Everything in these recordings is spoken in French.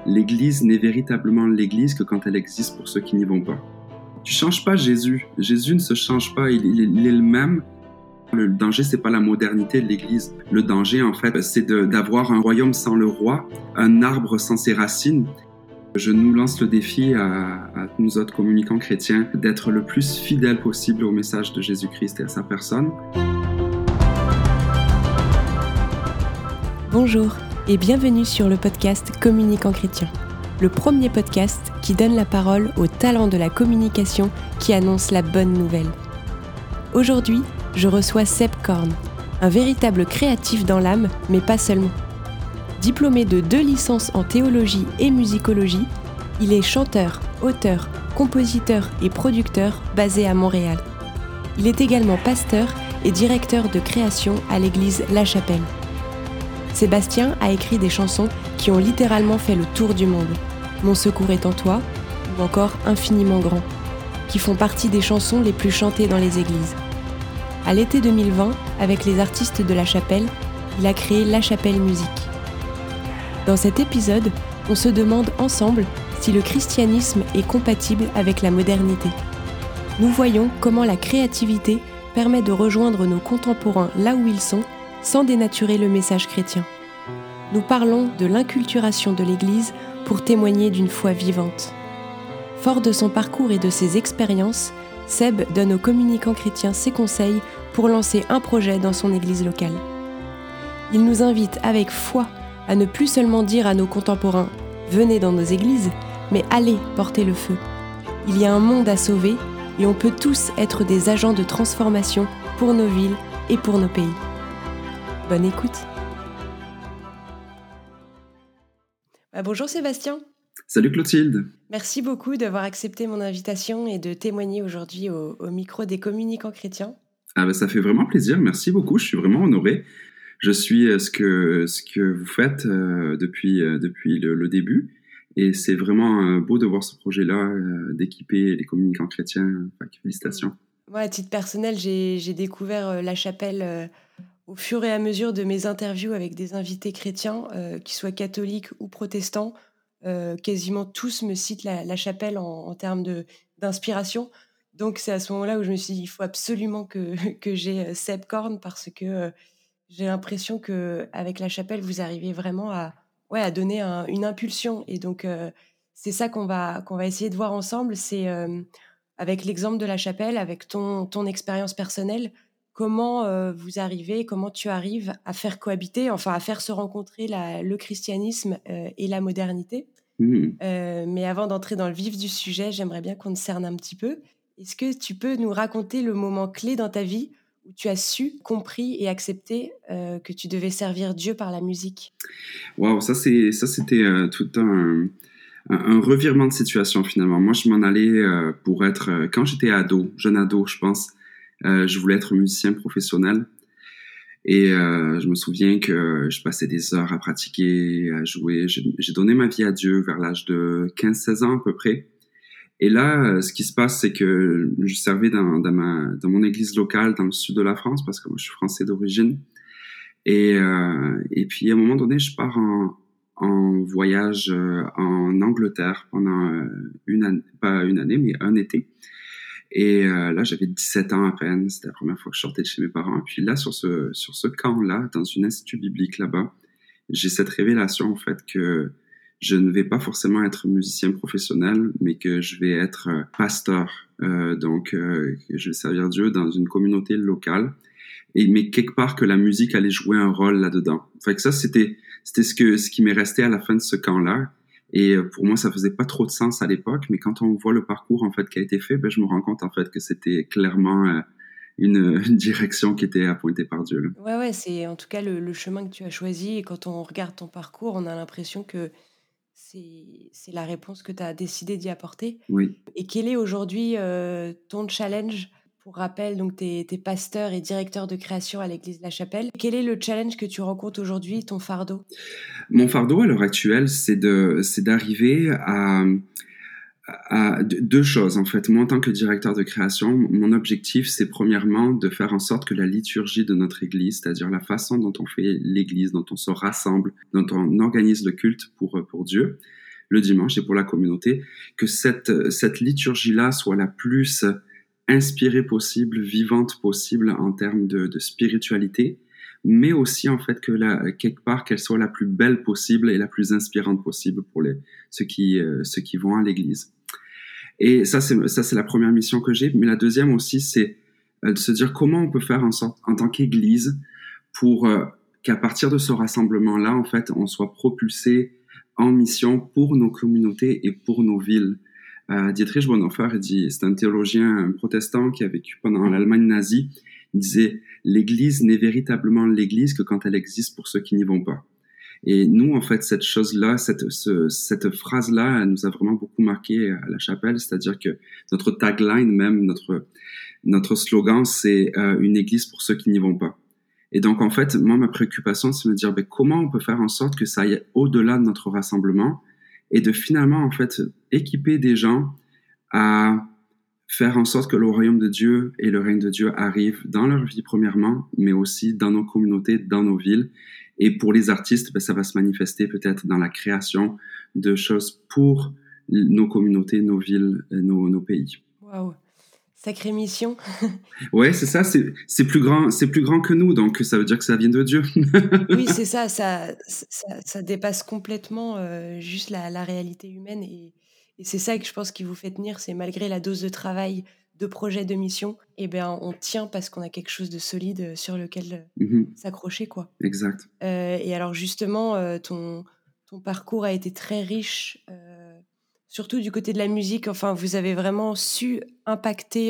L'Église n'est véritablement l'Église que quand elle existe pour ceux qui n'y vont pas. Tu changes pas Jésus. Jésus ne se change pas, il est le même. Le danger, c'est pas la modernité de l'Église. Le danger, en fait, c'est d'avoir un royaume sans le roi, un arbre sans ses racines. Je nous lance le défi à nous autres communicants chrétiens d'être le plus fidèles possible au message de Jésus-Christ et à sa personne. Bonjour et bienvenue sur le podcast Communicants chrétiens, le premier podcast qui donne la parole aux talents de la communication qui annoncent la bonne nouvelle. Aujourd'hui, je reçois Seb Korn, un véritable créatif dans l'âme, mais pas seulement. Diplômé de 2 licences en théologie et musicologie, il est chanteur, auteur, compositeur et producteur basé à Montréal. Il est également pasteur et directeur de création à l'église La Chapelle. Sébastien a écrit des chansons qui ont littéralement fait le tour du monde. Mon secours est en toi, ou encore Infiniment grand, qui font partie des chansons les plus chantées dans les églises. À l'été 2020, avec les artistes de La Chapelle, il a créé La Chapelle Musique. Dans cet épisode, on se demande ensemble si le christianisme est compatible avec la modernité. Nous voyons comment la créativité permet de rejoindre nos contemporains là où ils sont, sans dénaturer le message chrétien. Nous parlons de l'inculturation de l'Église pour témoigner d'une foi vivante. Fort de son parcours et de ses expériences, Seb donne aux communicants chrétiens ses conseils pour lancer un projet dans son Église locale. Il nous invite avec foi à ne plus seulement dire à nos contemporains « Venez dans nos églises », mais allez porter le feu. Il y a un monde à sauver et on peut tous être des agents de transformation pour nos villes et pour nos pays. Bonne écoute. Bonjour Sébastien. Salut Clotilde. Merci beaucoup d'avoir accepté mon invitation et de témoigner aujourd'hui au micro des communicants chrétiens. Ça fait vraiment plaisir, merci beaucoup, je suis vraiment honoré. Je suis ce que vous faites depuis le début et c'est vraiment beau de voir ce projet-là d'équiper les communicants chrétiens. Félicitations. Moi, à titre personnel, j'ai découvert La Chapelle au fur et à mesure de mes interviews avec des invités chrétiens, qu'ils soient catholiques ou protestants. Quasiment tous me citent la Chapelle en termes d'inspiration. Donc c'est à ce moment-là où je me suis dit il faut absolument que j'ai Seb Korn parce que j'ai l'impression qu'avec La Chapelle, vous arrivez vraiment à donner une impulsion. Et donc c'est ça qu'on va essayer de voir ensemble. C'est avec l'exemple de La Chapelle, avec ton expérience personnelle, comment comment tu arrives à faire cohabiter, enfin à faire se rencontrer le christianisme et la modernité. Mais avant d'entrer dans le vif du sujet, j'aimerais bien qu'on cerne un petit peu. Est-ce que tu peux nous raconter le moment clé dans ta vie où tu as compris et accepté que tu devais servir Dieu par la musique? Waouh, c'était tout un revirement de situation finalement. Moi, je m'en allais pour être, quand j'étais jeune ado, je pense, je voulais être musicien professionnel. Et je me souviens que je passais des heures à pratiquer, à jouer. J'ai donné ma vie à Dieu vers l'âge de 15-16 ans à peu près. Et là, ce qui se passe, c'est que je servais dans mon église locale dans le sud de la France, parce que moi, je suis français d'origine. Et puis, à un moment donné, je pars en voyage en Angleterre pendant pas une année, mais un été. Et là, j'avais 17 ans à peine. C'était la première fois que je sortais de chez mes parents. Et puis là, sur ce camp-là, dans une institut biblique là-bas, j'ai cette révélation, en fait, que je ne vais pas forcément être musicien professionnel, mais que je vais être pasteur. Donc, que je vais servir Dieu dans une communauté locale. Mais quelque part que la musique allait jouer un rôle là-dedans. Fait que ça, c'était ce qui m'est resté à la fin de ce camp-là. Et pour moi, ça faisait pas trop de sens à l'époque, mais quand on voit le parcours en fait qui a été fait, je me rends compte en fait que c'était clairement une direction qui était appointée par Dieu. Là. Ouais, c'est en tout cas le chemin que tu as choisi. Et quand on regarde ton parcours, on a l'impression que c'est la réponse que tu as décidé d'y apporter. Oui. Et quel est aujourd'hui ton challenge? Pour rappel, donc t'es pasteur et directeur de création à l'église La Chapelle. Quel est le challenge que tu rencontres aujourd'hui, ton fardeau? Mon fardeau à l'heure actuelle, c'est d'arriver à deux choses en fait. Moi, en tant que directeur de création, mon objectif, c'est premièrement de faire en sorte que la liturgie de notre église, c'est-à-dire la façon dont on fait l'église, dont on se rassemble, dont on organise le culte pour Dieu, le dimanche et pour la communauté, que cette liturgie-là soit la plus inspirée possible, vivante possible en termes de spiritualité, mais aussi en fait que quelque part qu'elle soit la plus belle possible et la plus inspirante possible pour ceux qui vont à l'église. Et ça c'est la première mission que j'ai, mais la deuxième aussi c'est de se dire comment on peut faire en sorte en tant qu'église pour qu'à partir de ce rassemblement-là en fait on soit propulsé en mission pour nos communautés et pour nos villes. Dietrich Bonhoeffer, c'est un théologien protestant qui a vécu pendant l'Allemagne nazie. Il disait « L'Église n'est véritablement l'Église que quand elle existe pour ceux qui n'y vont pas ». Et nous, en fait, cette chose-là, cette phrase-là, elle nous a vraiment beaucoup marqué à la chapelle. C'est-à-dire que notre tagline même, notre slogan, c'est une Église pour ceux qui n'y vont pas. Et donc, en fait, moi, ma préoccupation, c'est de me dire comment on peut faire en sorte que ça aille au-delà de notre rassemblement et de finalement, en fait, équiper des gens à faire en sorte que le royaume de Dieu et le règne de Dieu arrivent dans leur vie premièrement, mais aussi dans nos communautés, dans nos villes. Et pour les artistes, ça va se manifester peut-être dans la création de choses pour nos communautés, nos villes, nos pays. Waouh, sacrée mission. Ouais, c'est ça, c'est plus grand que nous, donc ça veut dire que ça vient de Dieu. Oui, c'est ça, ça dépasse complètement juste la réalité humaine et c'est ça que je pense qui vous fait tenir, c'est malgré la dose de travail, de projet, de mission, et ben on tient parce qu'on a quelque chose de solide sur lequel s'accrocher, quoi. Exact. Et alors justement, ton parcours a été très riche, surtout du côté de la musique. Enfin, vous avez vraiment su impacter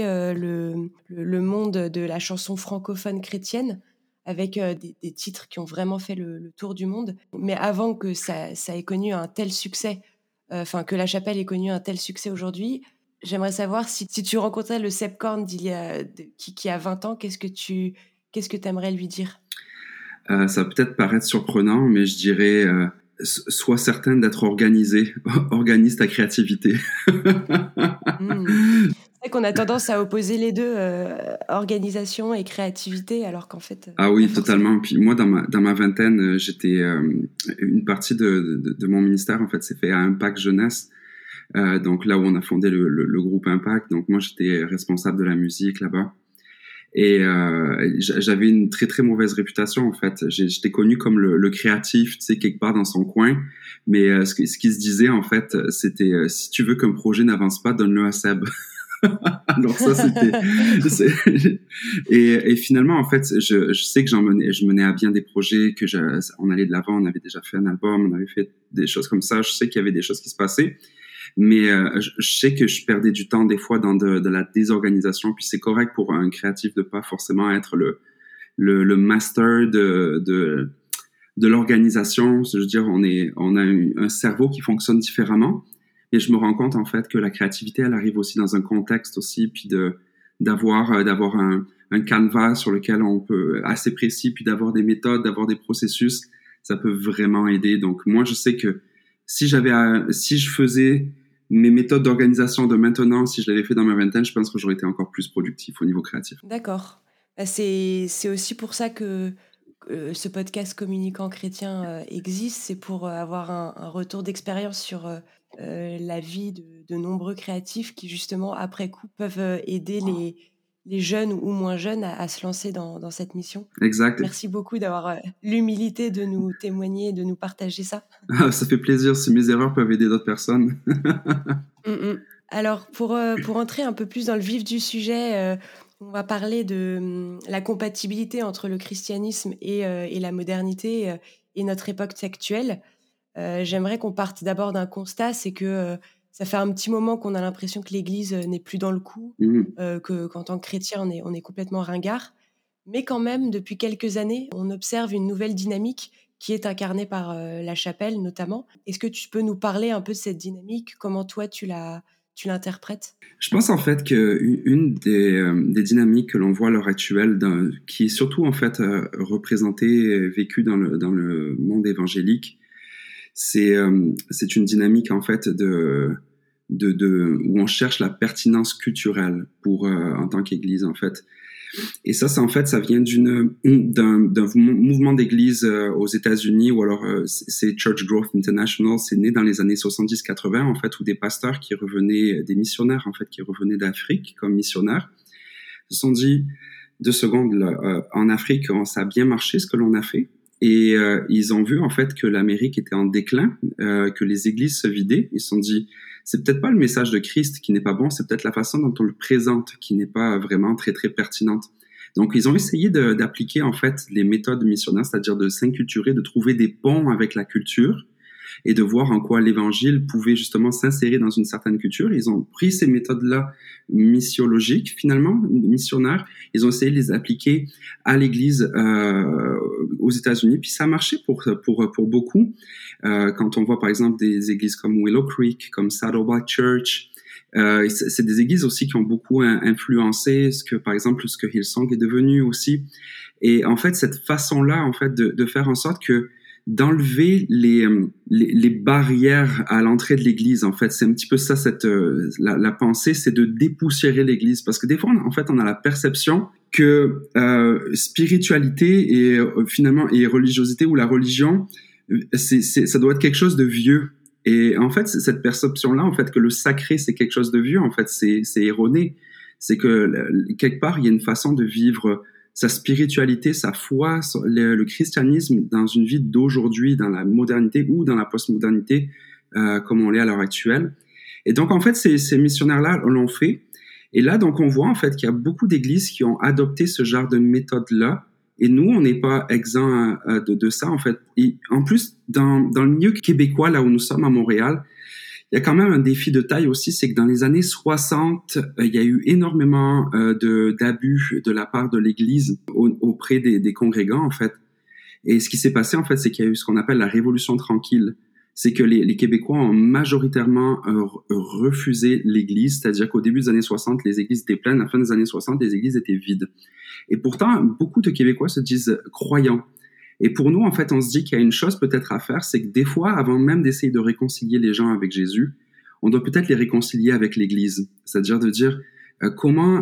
le monde de la chanson francophone chrétienne avec des titres qui ont vraiment fait le tour du monde. Mais avant que ça ait connu un tel succès, que la chapelle ait connu un tel succès aujourd'hui, j'aimerais savoir si tu rencontrais le Seb Korn qui a 20 ans, qu'est-ce que tu aimerais lui dire? Ça va peut-être paraître surprenant, mais je dirais sois certain d'être organisé. Organise ta créativité. C'est vrai qu'on a tendance à opposer les deux, organisation et créativité, alors qu'en fait... Ah oui, totalement. Puis moi, dans ma vingtaine, j'étais... une partie de mon ministère, en fait, s'est fait à Impact Jeunesse. Donc là où on a fondé le groupe Impact. Donc moi, j'étais responsable de la musique là-bas. Et j'avais une très très mauvaise réputation en fait. J'étais connu comme le créatif, tu sais, quelque part dans son coin. Mais ce qui se disait en fait, c'était si tu veux qu'un projet n'avance pas, donne-le à Seb. Donc ça et finalement en fait, je sais que je menais à bien des projets, on allait de l'avant, on avait déjà fait un album, on avait fait des choses comme ça. Je sais qu'il y avait des choses qui se passaient. Mais je sais que je perdais du temps des fois dans de la désorganisation, puis c'est correct pour un créatif de pas forcément être le master de l'organisation. Je veux dire, on a un cerveau qui fonctionne différemment, et je me rends compte en fait que la créativité, elle arrive aussi dans un contexte aussi, puis d'avoir un canevas sur lequel on peut assez précis, puis d'avoir des méthodes, d'avoir des processus, ça peut vraiment aider. Donc moi, je sais que si je faisais mes méthodes d'organisation de maintenant, si je l'avais fait dans ma vingtaine, je pense que j'aurais été encore plus productif au niveau créatif. D'accord. C'est aussi pour ça que ce podcast Communicant Chrétien existe. C'est pour avoir un retour d'expérience sur la vie de nombreux créatifs qui, justement, après coup, peuvent aider les jeunes ou moins jeunes à se lancer dans cette mission. Exact. Merci beaucoup d'avoir l'humilité de nous témoigner et de nous partager ça. Ça fait plaisir si mes erreurs peuvent aider d'autres personnes. Alors, pour entrer un peu plus dans le vif du sujet, on va parler de la compatibilité entre le christianisme et la modernité et notre époque actuelle. J'aimerais qu'on parte d'abord d'un constat, c'est que ça fait un petit moment qu'on a l'impression que l'Église n'est plus dans le coup, qu'en tant que chrétien, on est complètement ringard. Mais quand même, depuis quelques années, on observe une nouvelle dynamique qui est incarnée par la chapelle notamment. Est-ce que tu peux nous parler un peu de cette dynamique? Comment toi, tu l'interprètes? Je pense en fait qu'une des dynamiques que l'on voit à l'heure actuelle, qui est surtout en fait représentée, vécue dans le monde évangélique, c'est une dynamique en fait où on cherche la pertinence culturelle en tant qu'Église en fait. Et ça en fait, ça vient d'un mouvement d'église aux États-Unis, ou alors c'est Church Growth International. C'est né dans les années 70-80 en fait, où des pasteurs qui revenaient, des missionnaires en fait, qui revenaient d'Afrique comme missionnaires, se sont dit 2 secondes là, en Afrique, ça a bien marché ce que l'on a fait. Et ils ont vu en fait que l'Amérique était en déclin, que les églises se vidaient. Ils se sont dit, c'est peut-être pas le message de Christ qui n'est pas bon, c'est peut-être la façon dont on le présente qui n'est pas vraiment très très pertinente. Donc ils ont essayé d'appliquer en fait les méthodes missionnaires, c'est-à-dire de s'inculturer, de trouver des ponts avec la culture et de voir en quoi l'évangile pouvait justement s'insérer dans une certaine culture. Ils ont pris ces méthodes-là missiologiques, finalement, missionnaires, ils ont essayé de les appliquer à l'Église aux États-Unis, puis ça a marché pour beaucoup. Quand on voit par exemple des églises comme Willow Creek, comme Saddleback Church, c'est des églises aussi qui ont beaucoup influencé par exemple ce que Hillsong est devenu aussi. Et en fait, cette façon-là, en fait, de faire en sorte que d'enlever les barrières à l'entrée de l'église, en fait, c'est un petit peu ça la pensée, c'est de dépoussiérer l'église, parce que des fois en fait on a la perception que spiritualité et finalement et religiosité, ou la religion, ça doit être quelque chose de vieux. Et en fait, cette perception-là, en fait, que le sacré c'est quelque chose de vieux, en fait, c'est erroné. C'est que quelque part il y a une façon de vivre sa spiritualité, sa foi, le christianisme dans une vie d'aujourd'hui, dans la modernité ou dans la postmodernité, comme on l'est à l'heure actuelle. Et donc, en fait, ces missionnaires-là l'ont fait. Et là, donc, on voit, en fait, qu'il y a beaucoup d'églises qui ont adopté ce genre de méthode-là. Et nous, on n'est pas exempt de ça, en fait. Et en plus, dans le milieu québécois, là où nous sommes à Montréal, il y a quand même un défi de taille aussi, c'est que dans les années 60, il y a eu énormément d'abus de la part de l'Église auprès des congrégants, en fait. Et ce qui s'est passé, en fait, c'est qu'il y a eu ce qu'on appelle la Révolution tranquille. C'est que les Québécois ont majoritairement refusé l'Église, c'est-à-dire qu'au début des années 60, les églises étaient pleines, à la fin des années 60, les églises étaient vides. Et pourtant, beaucoup de Québécois se disent croyants. Et pour nous, en fait, on se dit qu'il y a une chose peut-être à faire, c'est que des fois, avant même d'essayer de réconcilier les gens avec Jésus, on doit peut-être les réconcilier avec l'Église. C'est-à-dire de dire comment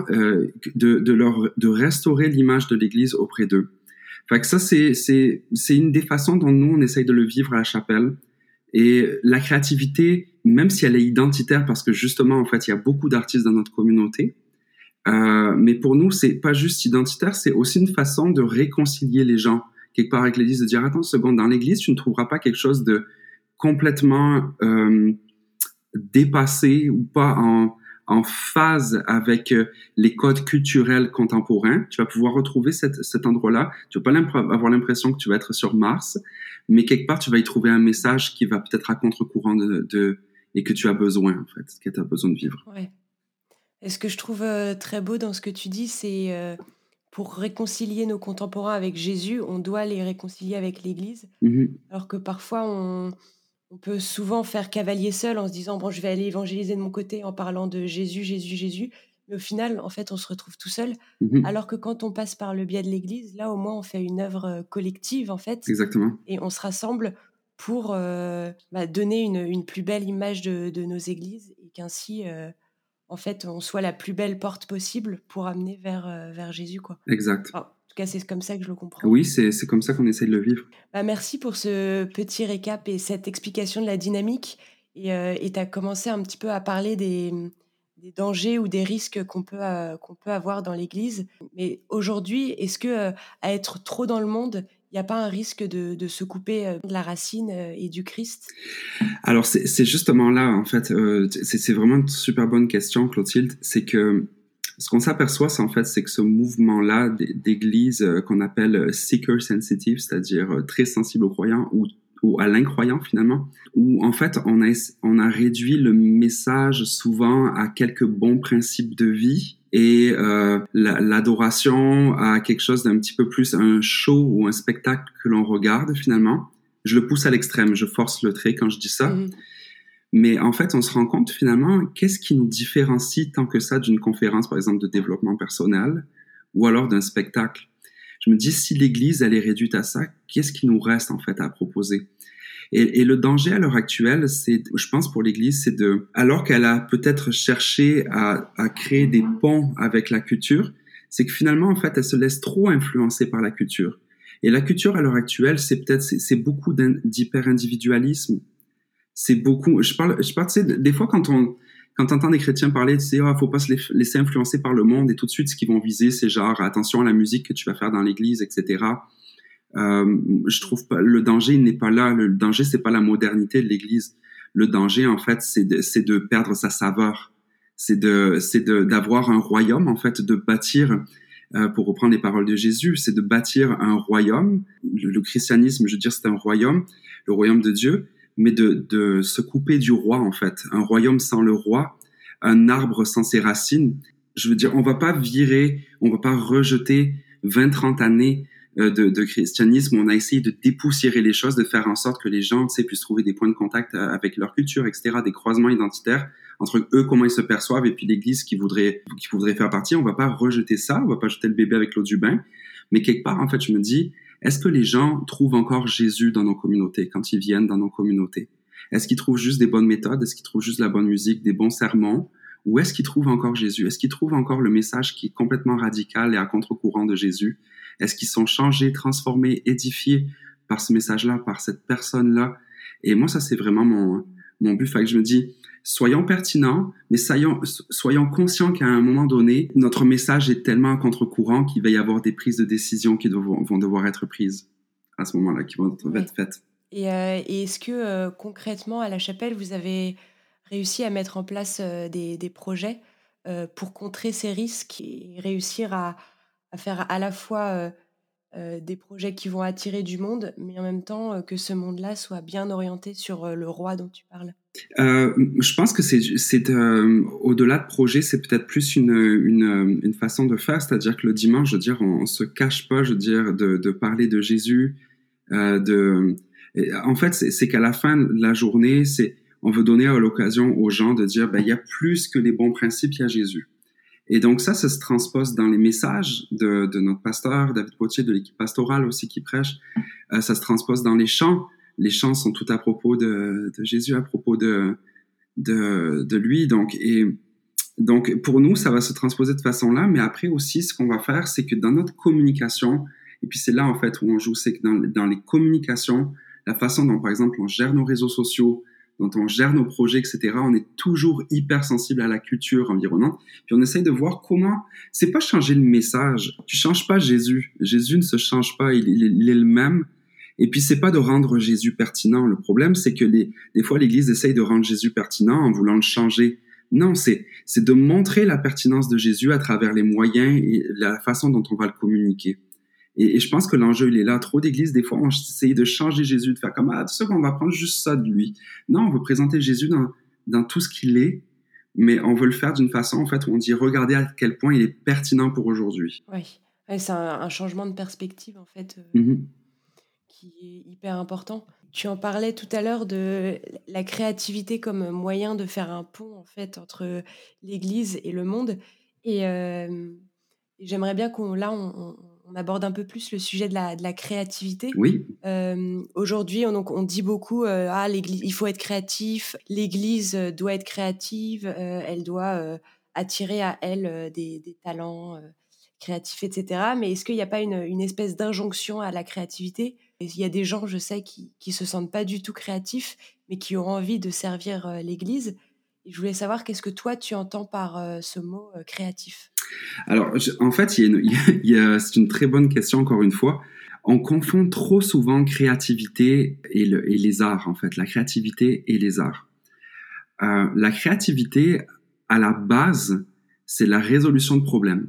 de restaurer l'image de l'Église auprès d'eux. Fait que ça, c'est une des façons dont nous, on essaye de le vivre à la chapelle. Et la créativité, même si elle est identitaire, parce que justement, en fait, il y a beaucoup d'artistes dans notre communauté, mais pour nous, c'est pas juste identitaire, c'est aussi une façon de réconcilier les gens quelque part avec l'Église, de dire attends une seconde, dans l'Église, tu ne trouveras pas quelque chose de complètement dépassé ou pas en phase avec les codes culturels contemporains. Tu vas pouvoir retrouver cet endroit-là. Tu vas pas avoir l'impression que tu vas être sur Mars, mais quelque part, tu vas y trouver un message qui va peut-être à contre-courant et que tu as besoin, en fait, que tu as besoin de vivre. Ouais. Et ce que je trouve très beau dans ce que tu dis, c'est pour réconcilier nos contemporains avec Jésus, on doit les réconcilier avec l'Église. Mm-hmm. Alors que parfois, on peut souvent faire cavalier seul en se disant bon, je vais aller évangéliser de mon côté en parlant de Jésus, Jésus, Jésus. Mais au final, en fait, on se retrouve tout seul. Mm-hmm. Alors que quand on passe par le biais de l'Église, là, au moins, on fait une œuvre collective, en fait. Exactement. Et on se rassemble pour donner une plus belle image de nos églises et qu'ainsi, en fait, on soit la plus belle porte possible pour amener vers Jésus, quoi. Exact. Enfin, en tout cas, c'est comme ça que je le comprends. Oui, c'est comme ça qu'on essaie de le vivre. Merci pour ce petit récap et cette explication de la dynamique. Et tu as commencé un petit peu à parler des dangers ou des risques qu'on peut avoir dans l'Église. Mais aujourd'hui, est-ce que à être trop dans le monde, il n'y a pas un risque de se couper de la racine et du Christ? Alors, c'est justement là, en fait, c'est vraiment une super bonne question, Clotilde. C'est que ce qu'on s'aperçoit, c'est que ce mouvement-là d'église qu'on appelle seeker sensitive, c'est-à-dire très sensible aux croyants ou à l'incroyant finalement, où en fait on a réduit le message souvent à quelques bons principes de vie et l'adoration à quelque chose d'un petit peu plus un show ou un spectacle que l'on regarde finalement. Je le pousse à l'extrême, je force le trait quand je dis ça. Mmh. Mais en fait, on se rend compte finalement, qu'est-ce qui nous différencie tant que ça d'une conférence, par exemple, de développement personnel ou alors d'un spectacle? Je me dis, si l'Église, elle est réduite à ça, qu'est-ce qui nous reste en fait à proposer? Et le danger à l'heure actuelle, je pense pour l'Église, alors qu'elle a peut-être cherché à créer des ponts avec la culture, c'est que finalement, en fait, elle se laisse trop influencer par la culture. Et la culture, à l'heure actuelle, c'est beaucoup d'hyper-individualisme. C'est beaucoup, je parle, tu sais, des fois, quand t'entends des chrétiens parler, tu sais, faut pas se laisser influencer par le monde, et tout de suite, ce qu'ils vont viser, c'est genre, attention à la musique que tu vas faire dans l'église, etc. Je trouve pas, le danger, il n'est pas là. Le danger, c'est pas la modernité de l'église. Le danger, en fait, c'est de perdre sa saveur. D'avoir un royaume, en fait, de bâtir, pour reprendre les paroles de Jésus, c'est de bâtir un royaume. Le christianisme, je veux dire, c'est un royaume, le royaume de Dieu, mais de se couper du roi, en fait. Un royaume sans le roi, un arbre sans ses racines. Je veux dire, on va pas rejeter 20-30 années de christianisme. On a essayé de dépoussiérer les choses, de faire en sorte que les gens, tu sais, puissent trouver des points de contact avec leur culture, etc., des croisements identitaires entre eux, comment ils se perçoivent, et puis l'Église qui voudrait faire partie. On va pas rejeter ça, on va pas jeter le bébé avec l'eau du bain, mais quelque part, en fait, je me dis, est-ce que les gens trouvent encore Jésus dans nos communautés, quand ils viennent dans nos communautés? Est-ce qu'ils trouvent juste des bonnes méthodes? Est-ce qu'ils trouvent juste la bonne musique, des bons sermons? Ou est-ce qu'ils trouvent encore Jésus? Est-ce qu'ils trouvent encore le message qui est complètement radical et à contre-courant de Jésus? Est-ce qu'ils sont changés, transformés, édifiés par ce message-là, par cette personne-là? Et moi, ça, c'est vraiment mon but. Fait que je me dis, soyons pertinents, mais soyons conscients qu'à un moment donné, notre message est tellement à contre-courant qu'il va y avoir des prises de décision qui vont devoir être prises à ce moment-là, qui vont être faites. Et est-ce que concrètement, à la chapelle, vous avez réussi à mettre en place des projets pour contrer ces risques et réussir à faire à la fois des projets qui vont attirer du monde, mais en même temps que ce monde-là soit bien orienté sur le roi dont tu parles? Je pense que c'est au-delà de projet, c'est peut-être plus une façon de faire, c'est-à-dire que le dimanche, je veux dire, on se cache pas, je veux dire, de parler de Jésus, en fait, c'est qu'à la fin de la journée, on veut donner l'occasion aux gens de dire, il y a plus que les bons principes, il y a Jésus. Et donc ça se transpose dans les messages de notre pasteur, David Potier, de l'équipe pastorale aussi qui prêche. Ça se transpose dans les chants. Les chants sont tout à propos de Jésus, à propos de lui. Donc, pour nous, ça va se transposer de façon là. Mais après aussi, ce qu'on va faire, c'est que dans notre communication, et puis c'est là en fait où on joue, c'est que dans les communications, la façon dont, par exemple, on gère nos réseaux sociaux, dont on gère nos projets, etc., on est toujours hyper sensible à la culture environnante. Puis on essaye de voir comment... C'est pas changer le message. Tu changes pas Jésus. Jésus ne se change pas. Il est le même. Et puis, c'est pas de rendre Jésus pertinent. Le problème, c'est que des fois, l'Église essaye de rendre Jésus pertinent en voulant le changer. Non, c'est de montrer la pertinence de Jésus à travers les moyens et la façon dont on va le communiquer. Et je pense que l'enjeu, il est là. Trop d'églises, des fois, on essaye de changer Jésus, de faire comme, tout ça, on va prendre juste ça de lui. Non, on veut présenter Jésus dans tout ce qu'il est, mais on veut le faire d'une façon, en fait, où on dit, regardez à quel point il est pertinent pour aujourd'hui. Oui, c'est un changement de perspective, en fait, qui est hyper important. Tu en parlais tout à l'heure de la créativité comme moyen de faire un pont, en fait, entre l'Église et le monde. Et j'aimerais bien qu'on aborde un peu plus le sujet de la créativité. Oui. Aujourd'hui, on dit beaucoup l'Église, il faut être créatif, l'Église doit être créative, elle doit attirer à elle des talents créatifs, etc. Mais est-ce qu'il n'y a pas une espèce d'injonction à la créativité? Il y a des gens, je sais, qui se sentent pas du tout créatifs, mais qui ont envie de servir l'Église. Et je voulais savoir, qu'est-ce que toi, tu entends par ce mot créatif? Alors, en fait, c'est une très bonne question, encore une fois. On confond trop souvent créativité et les arts, en fait. La créativité et les arts. La créativité, à la base, c'est la résolution de problèmes.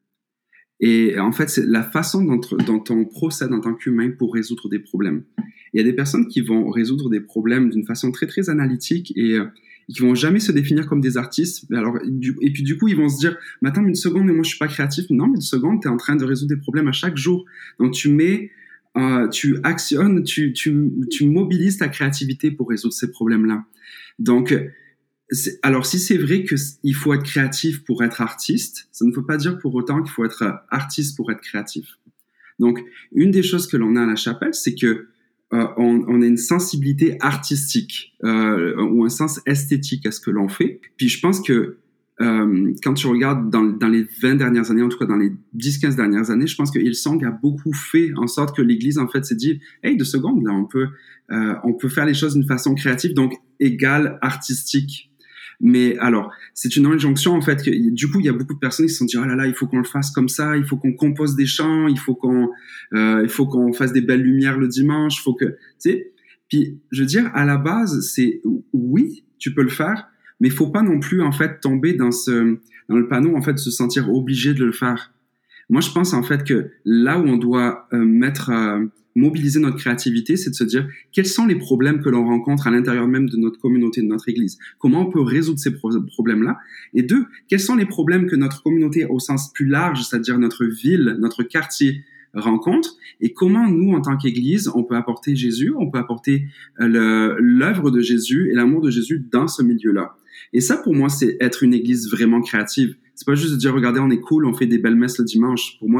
Et en fait, c'est la façon dont on procède en tant qu'humain pour résoudre des problèmes. Il y a des personnes qui vont résoudre des problèmes d'une façon très, très analytique et qui vont jamais se définir comme des artistes. Et puis du coup, ils vont se dire, mais attends, une seconde, mais moi je suis pas créatif. Non, mais une seconde, tu es en train de résoudre des problèmes à chaque jour. Donc tu actionnes, tu mobilises ta créativité pour résoudre ces problèmes-là. Donc, alors si c'est vrai qu'il faut être créatif pour être artiste, ça ne veut pas dire pour autant qu'il faut être artiste pour être créatif. Donc, une des choses que l'on a à la chapelle, c'est que on a une sensibilité artistique ou un sens esthétique à ce que l'on fait. Puis je pense que quand tu regardes dans les 20 dernières années, en tout cas dans les 10-15 dernières années, je pense que Hillsong a beaucoup fait en sorte que l'Église, en fait, s'est dit, hey, 2 secondes, là, on peut faire les choses d'une façon créative, donc égale artistique. Mais alors, c'est une injonction, en fait, que du coup, il y a beaucoup de personnes qui se sont dit, oh là là, il faut qu'on le fasse comme ça, il faut qu'on compose des chants, il faut qu'on fasse des belles lumières le dimanche, tu sais. Puis, je veux dire, à la base, c'est, oui, tu peux le faire, mais il faut pas non plus, en fait, tomber dans le panneau, en fait, de se sentir obligé de le faire. Moi, je pense, en fait, que là où on doit mobiliser notre créativité, c'est de se dire quels sont les problèmes que l'on rencontre à l'intérieur même de notre communauté, de notre Église. Comment on peut résoudre ces problèmes-là? Et 2, quels sont les problèmes que notre communauté, au sens plus large, c'est-à-dire notre ville, notre quartier, rencontre, et comment nous, en tant qu'Église, on peut apporter Jésus, on peut apporter l'œuvre de Jésus et l'amour de Jésus dans ce milieu-là. Et ça, pour moi, c'est être une Église vraiment créative. C'est pas juste de dire, regardez, on est cool, on fait des belles messes le dimanche. Pour moi,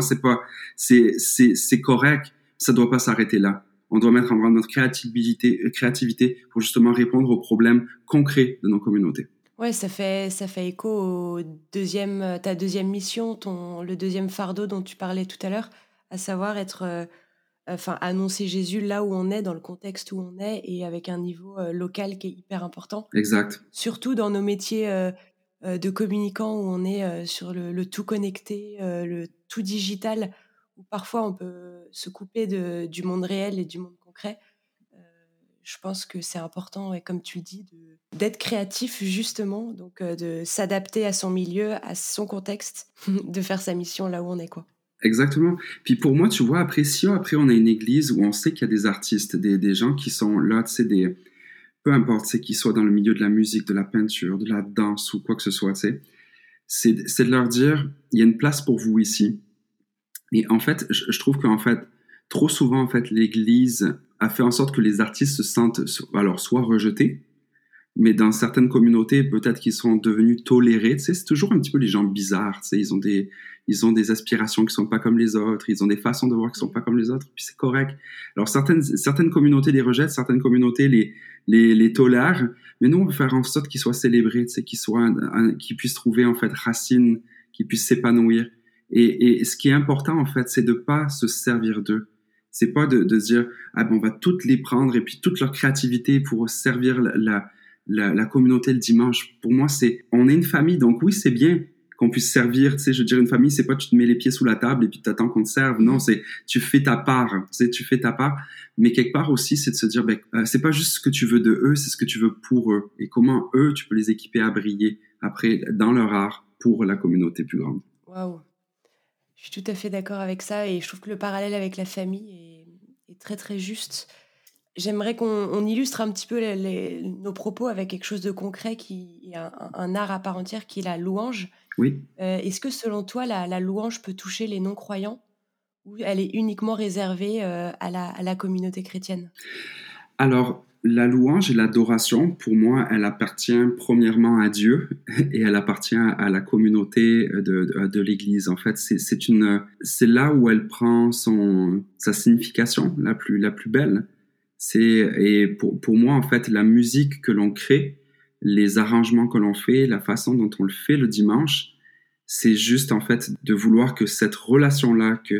c'est correct. Ça doit pas s'arrêter là. On doit mettre en avant notre créativité pour justement répondre aux problèmes concrets de nos communautés. Ouais, ça fait écho ta deuxième mission, le deuxième fardeau dont tu parlais tout à l'heure, à savoir annoncer Jésus là où on est, dans le contexte où on est, et avec un niveau local qui est hyper important. Exact. Surtout dans nos métiers de communicants où on est sur le tout connecté, le tout digital, où parfois on peut se couper du monde réel et du monde concret. Je pense que c'est important, et comme tu le dis, d'être créatif justement, donc de s'adapter à son milieu, à son contexte, de faire sa mission là où on est, quoi. Exactement. Puis pour moi, tu vois, après on a une église où on sait qu'il y a des artistes, des gens qui sont là, tu sais, peu importe, c'est qu'ils soient dans le milieu de la musique, de la peinture, de la danse ou quoi que ce soit, tu sais, c'est de leur dire, il y a une place pour vous ici. Et en fait, je trouve qu'en fait, trop souvent, en fait, l'église a fait en sorte que les artistes se sentent, alors, soit rejetés, mais dans certaines communautés, peut-être qu'ils sont devenus tolérés. Tu sais, c'est toujours un petit peu les gens bizarres. Tu sais, ils ont des aspirations qui sont pas comme les autres. Ils ont des façons de voir qui sont pas comme les autres. Puis c'est correct. Alors certaines communautés les rejettent, certaines communautés les tolèrent. Mais nous, on veut faire en sorte qu'ils soient célébrés, tu sais, qu'ils puissent trouver en fait racine, qu'ils puissent s'épanouir. Et ce qui est important en fait, c'est de pas se servir d'eux. C'est pas de se dire ah ben on va toutes les prendre et puis toute leur créativité pour servir la communauté le dimanche. Pour moi, on est une famille, donc oui, c'est bien qu'on puisse servir, tu sais, je veux dire, une famille, c'est pas tu te mets les pieds sous la table et puis t'attends qu'on te serve, non, c'est tu fais ta part, tu sais, tu fais ta part, mais quelque part aussi, c'est de se dire, c'est pas juste ce que tu veux de eux, c'est ce que tu veux pour eux, et comment eux, tu peux les équiper à briller après dans leur art pour la communauté plus grande. Waouh, je suis tout à fait d'accord avec ça, et je trouve que le parallèle avec la famille est très très juste. J'aimerais qu'on illustre un petit peu nos propos avec quelque chose de concret qui est un art à part entière, qui est la louange. Oui. Est-ce que selon toi, la louange peut toucher les non-croyants, ou elle est uniquement réservée à la communauté chrétienne? Alors, la louange et l'adoration, pour moi, elle appartient premièrement à Dieu et elle appartient à la communauté de l'Église. En fait, c'est là où elle prend sa signification la plus belle. Et pour moi, en fait, la musique que l'on crée, les arrangements que l'on fait, la façon dont on le fait le dimanche, c'est juste, en fait, de vouloir que cette relation-là, que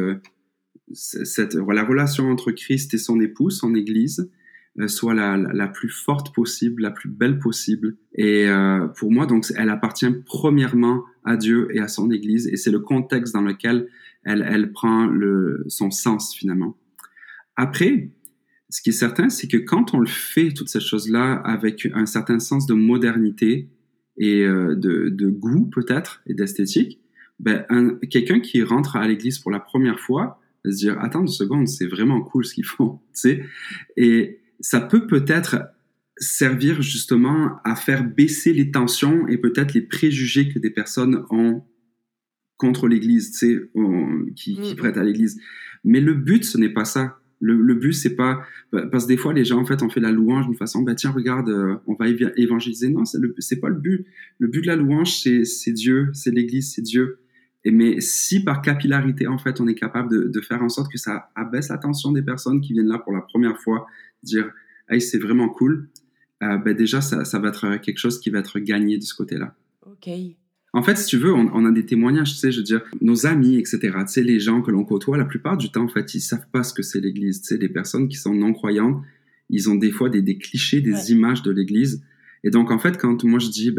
la relation entre Christ et son épouse, son Église, soit la plus forte possible, la plus belle possible. Et pour moi, donc, elle appartient premièrement à Dieu et à son Église, et c'est le contexte dans lequel elle prend son sens, finalement. Après, ce qui est certain, c'est que quand on le fait, toutes ces choses-là, avec un certain sens de modernité et de goût, peut-être, et d'esthétique, quelqu'un qui rentre à l'église pour la première fois va se dire « Attends 2 secondes, c'est vraiment cool ce qu'ils font. » tu sais? Et ça peut-être servir justement à faire baisser les tensions et peut-être les préjugés que des personnes ont contre l'église, tu sais, qui prêtent à l'église. Mais le but, ce n'est pas ça. Le but, c'est pas... Parce que des fois, les gens, en fait, ont fait la louange d'une façon, tiens, regarde, on va évangéliser. Non, c'est pas le but. Le but de la louange, c'est Dieu, c'est l'Église, c'est Dieu. Mais si par capillarité, en fait, on est capable de faire en sorte que ça abaisse l'attention des personnes qui viennent là pour la première fois, dire, hey, c'est vraiment cool, déjà, ça va être quelque chose qui va être gagné de ce côté-là. Ok. En fait, si tu veux, on a des témoignages, tu sais, je veux dire, nos amis, etc., tu sais, les gens que l'on côtoie, la plupart du temps, en fait, ils savent pas ce que c'est l'Église. Tu sais, les personnes qui sont non-croyantes, ils ont des fois des clichés, des images de l'Église. Et donc, en fait, quand moi je dis,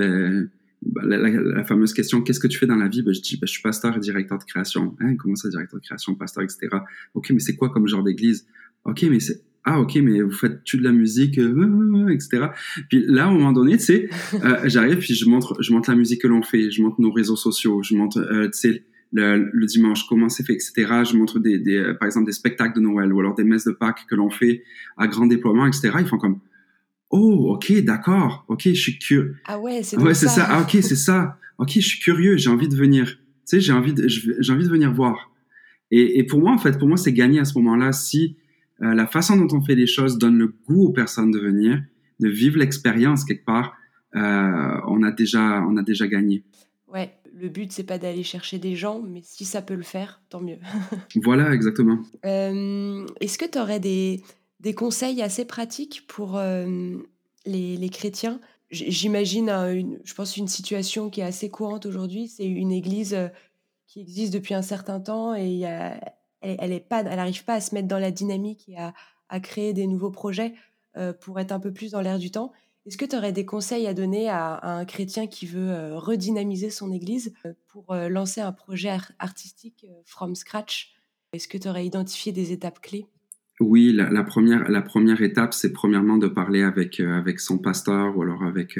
la fameuse question, qu'est-ce que tu fais dans la vie? Je dis, je suis pasteur et directeur de création. Hein, comment ça, directeur de création, pasteur, etc. Ok, mais c'est quoi comme genre d'église? Ok, mais ok, mais vous faites-tu de la musique, etc. Puis là, à un moment donné, tu sais, j'arrive puis je montre la musique que l'on fait, je montre nos réseaux sociaux, je montre, tu sais, le dimanche, comment c'est fait, etc. Je montre par exemple, des spectacles de Noël ou alors des messes de Pâques que l'on fait à grand déploiement, etc. Ils font comme, oh, ok, d'accord, ok, je suis curieux. Ah ouais, c'est Ouais, donc c'est ça. ça. Ah, ok, c'est ça. Ok, je suis curieux, j'ai envie de venir. Tu sais, j'ai envie de venir voir. Et pour moi, en fait, c'est gagné à ce moment-là si la façon dont on fait les choses donne le goût aux personnes de venir, de vivre l'expérience quelque part. On a déjà gagné. Ouais, le but, c'est pas d'aller chercher des gens, mais si ça peut le faire, tant mieux. Voilà, exactement. Est-ce que tu aurais des conseils assez pratiques pour les chrétiens? J'imagine, je pense, une situation qui est assez courante aujourd'hui. C'est une église qui existe depuis un certain temps et elle n'arrive pas à se mettre dans la dynamique et à créer des nouveaux projets pour être un peu plus dans l'air du temps. Est-ce que tu aurais des conseils à donner à un chrétien qui veut redynamiser son église pour lancer un projet artistique from scratch? Est-ce que tu aurais identifié des étapes clés? Oui, la première étape, c'est premièrement de parler avec son pasteur ou alors avec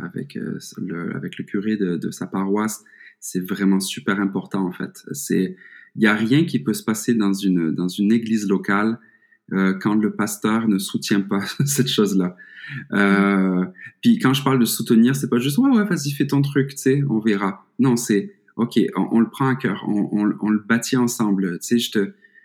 le curé de sa paroisse. C'est vraiment super important en fait. Il y a rien qui peut se passer dans une église locale quand le pasteur ne soutient pas cette chose-là. Puis quand je parle de soutenir, c'est pas juste ouais, vas-y, fais ton truc, tu sais, on verra. Non, c'est ok, on le prend à cœur, on le bâtit ensemble. Tu sais,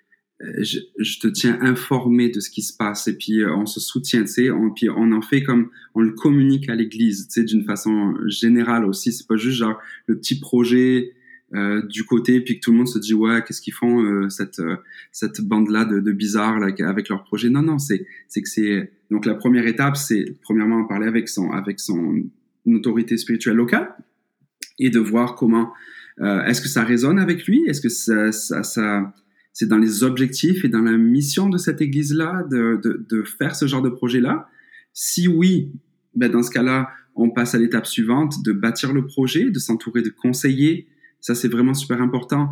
je te tiens informé de ce qui se passe et puis on se soutient, tu sais, puis on en fait comme on le communique à l'église, tu sais, d'une façon générale aussi. C'est pas juste genre le petit projet du côté puis que tout le monde se dit ouais, qu'est-ce qu'ils font cette bande là de bizarres là avec leur projet. Non, c'est donc la première étape, c'est premièrement en parler avec son autorité spirituelle locale et de voir comment est-ce que ça résonne avec lui, est-ce que ça c'est dans les objectifs et dans la mission de cette église-là de faire ce genre de projet-là. Si oui, dans ce cas-là, on passe à l'étape suivante de bâtir le projet, de s'entourer de conseillers. Ça, c'est vraiment super important.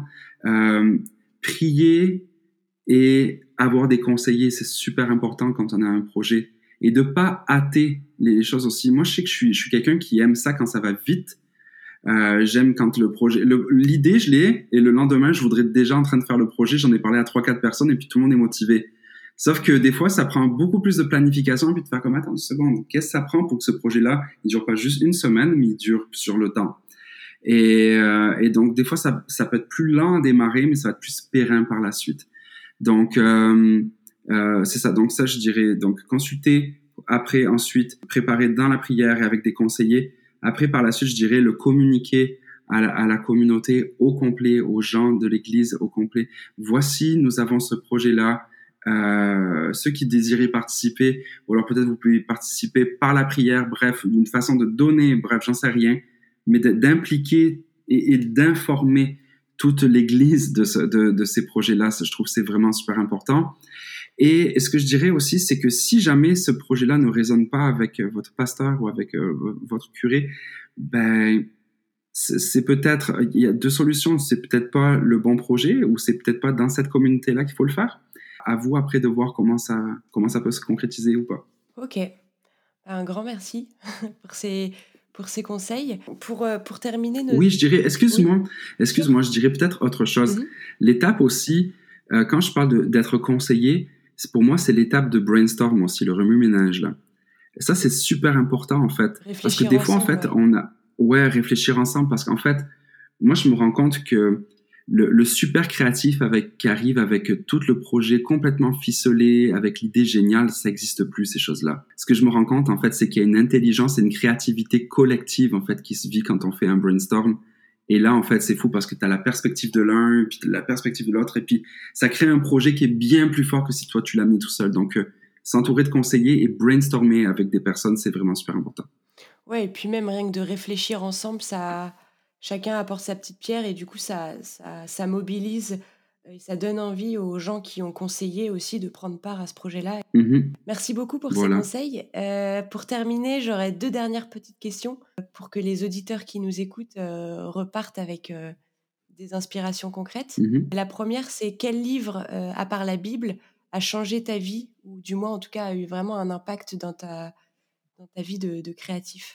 Prier et avoir des conseillers, c'est super important quand on a un projet. Et de pas hâter les choses aussi. Moi, je sais que je suis quelqu'un qui aime ça quand ça va vite. J'aime quand le projet, l'idée, je l'ai, et le lendemain, je voudrais être déjà en train de faire le projet. J'en ai parlé à 3-4 personnes et puis tout le monde est motivé. Sauf que des fois, ça prend beaucoup plus de planification et puis de faire comme, attends une seconde, qu'est-ce que ça prend pour que ce projet-là, il dure pas juste une semaine, mais il dure sur le temps. Et donc, des fois, ça peut être plus lent à démarrer, mais ça va être plus périn par la suite. Donc, c'est ça. Donc, ça, je dirais, donc, consulter, après, ensuite, préparer dans la prière et avec des conseillers. Après, par la suite, je dirais le communiquer à la communauté au complet, aux gens de l'Église au complet. Voici, nous avons ce projet-là. Ceux qui désirent participer, ou alors peut-être vous pouvez participer par la prière, bref, d'une façon de donner, bref, j'en sais rien, mais d'impliquer et d'informer toute l'Église de ces projets-là. Ça, je trouve que c'est vraiment super important. Et ce que je dirais aussi, c'est que si jamais ce projet-là ne résonne pas avec votre pasteur ou avec votre curé, c'est peut-être, il y a deux solutions. C'est peut-être pas le bon projet ou c'est peut-être pas dans cette communauté-là qu'il faut le faire. À vous après de voir comment ça peut se concrétiser ou pas. Ok, un grand merci pour ces conseils. Pour terminer... Oui, je dirais, excuse-moi, je dirais peut-être autre chose. Mm-hmm. L'étape aussi, quand je parle d'être conseillé, pour moi, c'est l'étape de brainstorm aussi, le remue-ménage, là. Et ça, c'est super important, en fait. Parce que des fois, en fait, réfléchir ensemble, parce qu'en fait, moi, je me rends compte que le super créatif qui arrive avec tout le projet complètement ficelé, avec l'idée géniale, ça n'existe plus, ces choses-là. Ce que je me rends compte, en fait, c'est qu'il y a une intelligence et une créativité collective, en fait, qui se vit quand on fait un brainstorm. Et là, en fait, c'est fou parce que tu as la perspective de l'un, puis la perspective de l'autre, et puis ça crée un projet qui est bien plus fort que si toi, tu l'as mis tout seul. Donc, s'entourer de conseillers et brainstormer avec des personnes, c'est vraiment super important. Ouais, et puis même rien que de réfléchir ensemble, chacun apporte sa petite pierre et du coup, ça mobilise et ça donne envie aux gens qui ont conseillé aussi de prendre part à ce projet-là. Mhm. Merci beaucoup pour ces Voilà. conseils. Pour terminer, j'aurais 2 dernières petites questions pour que les auditeurs qui nous écoutent repartent avec des inspirations concrètes. Mhm. La première, c'est quel livre, à part la Bible, a changé ta vie ou du moins en tout cas a eu vraiment un impact dans ta vie de créatif?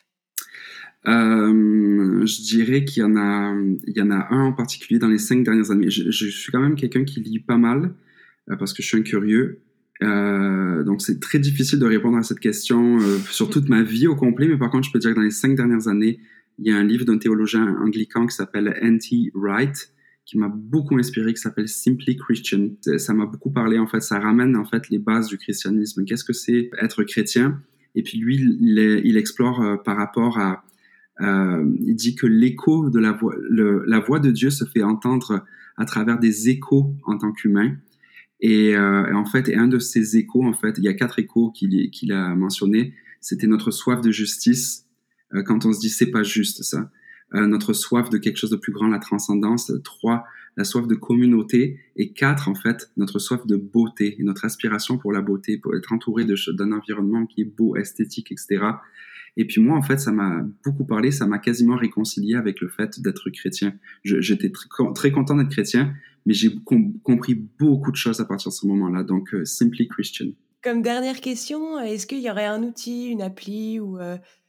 Je dirais qu'il y en a un en particulier dans les 5 dernières années. Je suis quand même quelqu'un qui lit pas mal parce que je suis un curieux. Donc c'est très difficile de répondre à cette question sur toute ma vie au complet, mais par contre je peux dire que dans les 5 dernières années, il y a un livre d'un théologien anglican qui s'appelle N.T. Wright, qui m'a beaucoup inspiré, qui s'appelle Simply Christian. Ça m'a beaucoup parlé, en fait, ça ramène en fait les bases du christianisme. Qu'est-ce que c'est être chrétien? Et puis lui, il explore par rapport à il dit que l'écho de la voix de Dieu se fait entendre à travers des échos en tant qu'humain. Et en fait, un de ces échos, en fait, il y a 4 échos qu'il a mentionnés. C'était notre soif de justice, quand on se dit c'est pas juste ça. Notre soif de quelque chose de plus grand, la transcendance. 3, la soif de communauté. Et 4, en fait, notre soif de beauté et notre aspiration pour la beauté, pour être entouré d'un environnement qui est beau, esthétique, etc. Et puis moi, en fait, ça m'a beaucoup parlé, ça m'a quasiment réconcilié avec le fait d'être chrétien. J'étais très content d'être chrétien, mais j'ai compris beaucoup de choses à partir de ce moment-là. Donc, Simply Christian. Comme dernière question, est-ce qu'il y aurait un outil, une appli ou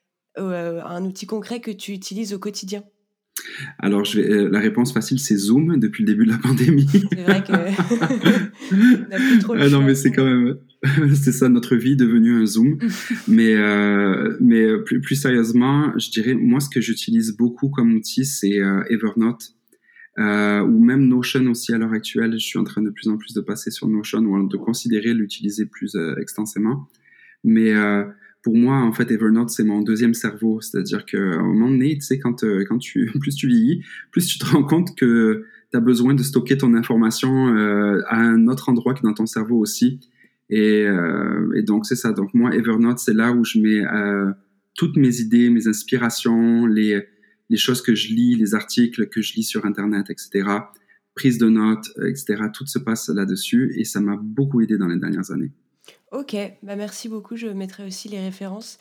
un outil concret que tu utilises au quotidien? Alors, la réponse facile, c'est Zoom depuis le début de la pandémie. C'est vrai que on n'a plus trop le choix. Non, mais c'est quand même... c'est ça, notre vie est devenue un Zoom. mais plus sérieusement, je dirais, moi, ce que j'utilise beaucoup comme outil, c'est Evernote. Ou même Notion aussi à l'heure actuelle. Je suis en train de plus en plus de passer sur Notion ou de considérer l'utiliser plus extensément. Mais pour moi, en fait, Evernote, c'est mon deuxième cerveau. C'est-à-dire qu'à un moment donné, tu sais, plus tu vieillis, plus tu te rends compte que tu as besoin de stocker ton information à un autre endroit que dans ton cerveau aussi. Et donc, c'est ça. Donc, moi, Evernote, c'est là où je mets toutes mes idées, mes inspirations, les choses que je lis, les articles que je lis sur Internet, etc., prise de notes, etc., tout se passe là-dessus et ça m'a beaucoup aidé dans les dernières années. Ok, merci beaucoup. Je mettrai aussi les références.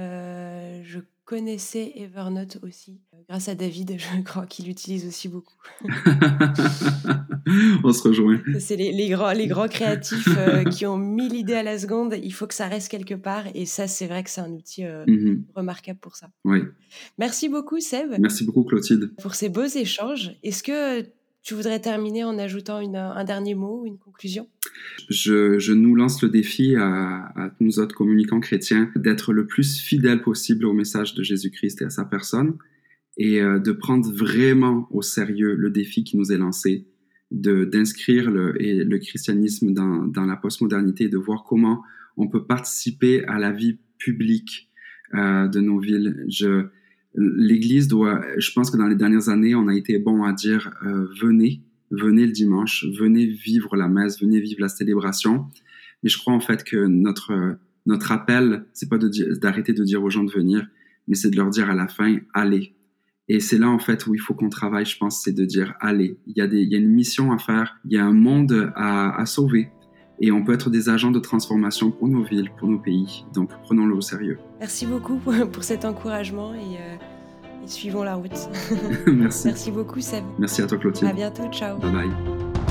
Je connaissais Evernote aussi, grâce à David, je crois qu'il l'utilise aussi beaucoup. On se rejoint. C'est les grands créatifs qui ont 1000 idées à la seconde. Il faut que ça reste quelque part et ça, c'est vrai que c'est un outil remarquable pour ça. Oui. Merci beaucoup, Seb. Merci beaucoup, Clotilde. Pour ces beaux échanges. Est-ce que tu voudrais terminer en ajoutant un dernier mot ou une conclusion? Je nous lance le défi à nous autres communicants chrétiens d'être le plus fidèles possible au message de Jésus-Christ et à sa personne et de prendre vraiment au sérieux le défi qui nous est lancé, d'inscrire le christianisme dans la postmodernité et de voir comment on peut participer à la vie publique de nos villes. L'Église je pense que dans les dernières années, on a été bon à dire venez le dimanche, venez vivre la messe, venez vivre la célébration. Mais je crois en fait que notre appel, c'est pas d'arrêter de dire aux gens de venir, mais c'est de leur dire à la fin, allez. Et c'est là en fait où il faut qu'on travaille, je pense, c'est de dire allez. Il y a une mission à faire, il y a un monde à sauver. Et on peut être des agents de transformation pour nos villes, pour nos pays. Donc, prenons-le au sérieux. Merci beaucoup pour cet encouragement et suivons la route. Merci. Merci beaucoup, Seb. Merci à toi, Clotilde. À bientôt, ciao. Bye bye.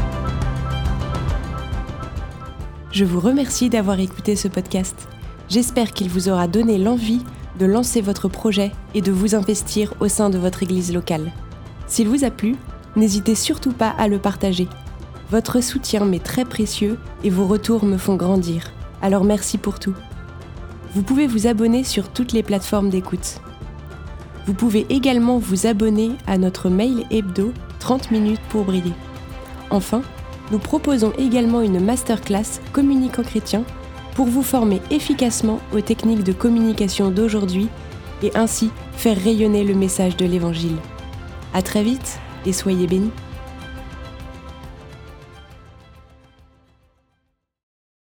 Je vous remercie d'avoir écouté ce podcast. J'espère qu'il vous aura donné l'envie de lancer votre projet et de vous investir au sein de votre église locale. S'il vous a plu, n'hésitez surtout pas à le partager. Votre soutien m'est très précieux et vos retours me font grandir. Alors merci pour tout. Vous pouvez vous abonner sur toutes les plateformes d'écoute. Vous pouvez également vous abonner à notre mail hebdo 30 minutes pour briller. Enfin, nous proposons également une masterclass communicant chrétien pour vous former efficacement aux techniques de communication d'aujourd'hui et ainsi faire rayonner le message de l'Évangile. À très vite et soyez bénis.